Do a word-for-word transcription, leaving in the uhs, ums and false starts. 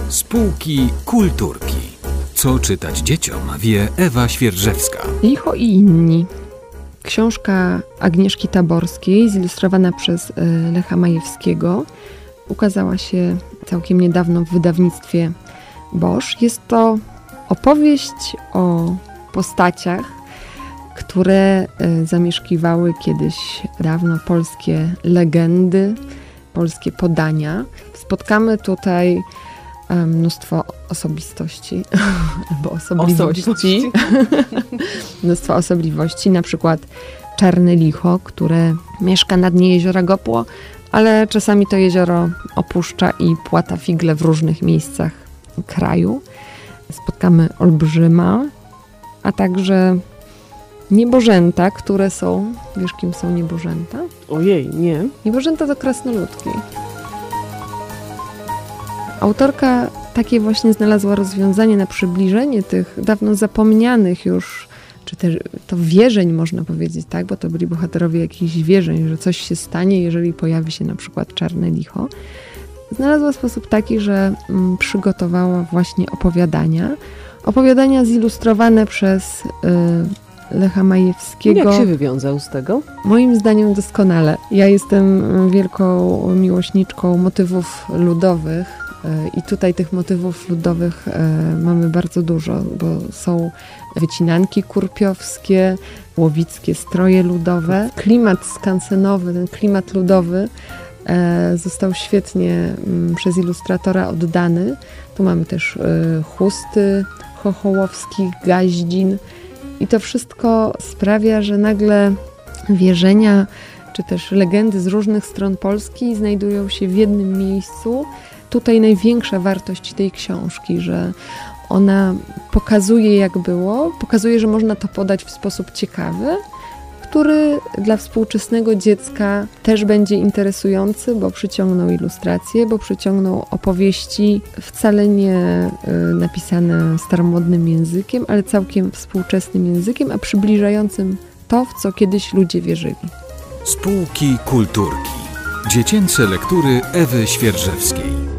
Spółki kulturki. Co czytać dzieciom, wie Ewa Świerżewska. Licho i inni. Książka Agnieszki Taborskiej, zilustrowana przez Lecha Majewskiego, ukazała się całkiem niedawno w wydawnictwie Bosch. Jest to opowieść o postaciach, które zamieszkiwały kiedyś dawno polskie legendy, polskie podania. Spotkamy tutaj mnóstwo osobistości, albo osobliwości. mnóstwo osobliwości, na przykład Czarne Licho, które mieszka na dnie jeziora Gopło, ale czasami to jezioro opuszcza i płata figle w różnych miejscach kraju. Spotkamy Olbrzyma, a także niebożęta, które są... Wiesz, kim są niebożęta? Ojej, nie. Niebożęta to krasnoludki. Autorka takie właśnie znalazła rozwiązanie na przybliżenie tych dawno zapomnianych już, czy też to wierzeń, można powiedzieć, tak, bo to byli bohaterowie jakichś wierzeń, że coś się stanie, jeżeli pojawi się na przykład Czarne Licho. Znalazła sposób taki, że mm, przygotowała właśnie opowiadania. Opowiadania zilustrowane przez y, Lecha Majewskiego. Jak się wywiązał z tego? Moim zdaniem doskonale. Ja jestem wielką miłośniczką motywów ludowych i tutaj tych motywów ludowych mamy bardzo dużo, bo są wycinanki kurpiowskie, łowickie stroje ludowe. Klimat skansenowy, ten klimat ludowy został świetnie przez ilustratora oddany. Tu mamy też chusty chochołowskich, gaździn i to wszystko sprawia, że nagle wierzenia czy też legendy z różnych stron Polski znajdują się w jednym miejscu. Tutaj największa wartość tej książki, że ona pokazuje, jak było, pokazuje, że można to podać w sposób ciekawy, który dla współczesnego dziecka też będzie interesujący, bo przyciągną ilustracje, bo przyciągną opowieści wcale nie y, napisane staromodnym językiem, ale całkiem współczesnym językiem, a przybliżającym to, w co kiedyś ludzie wierzyli. Spółki kulturki. Dziecięce lektury Ewy Świerżewskiej.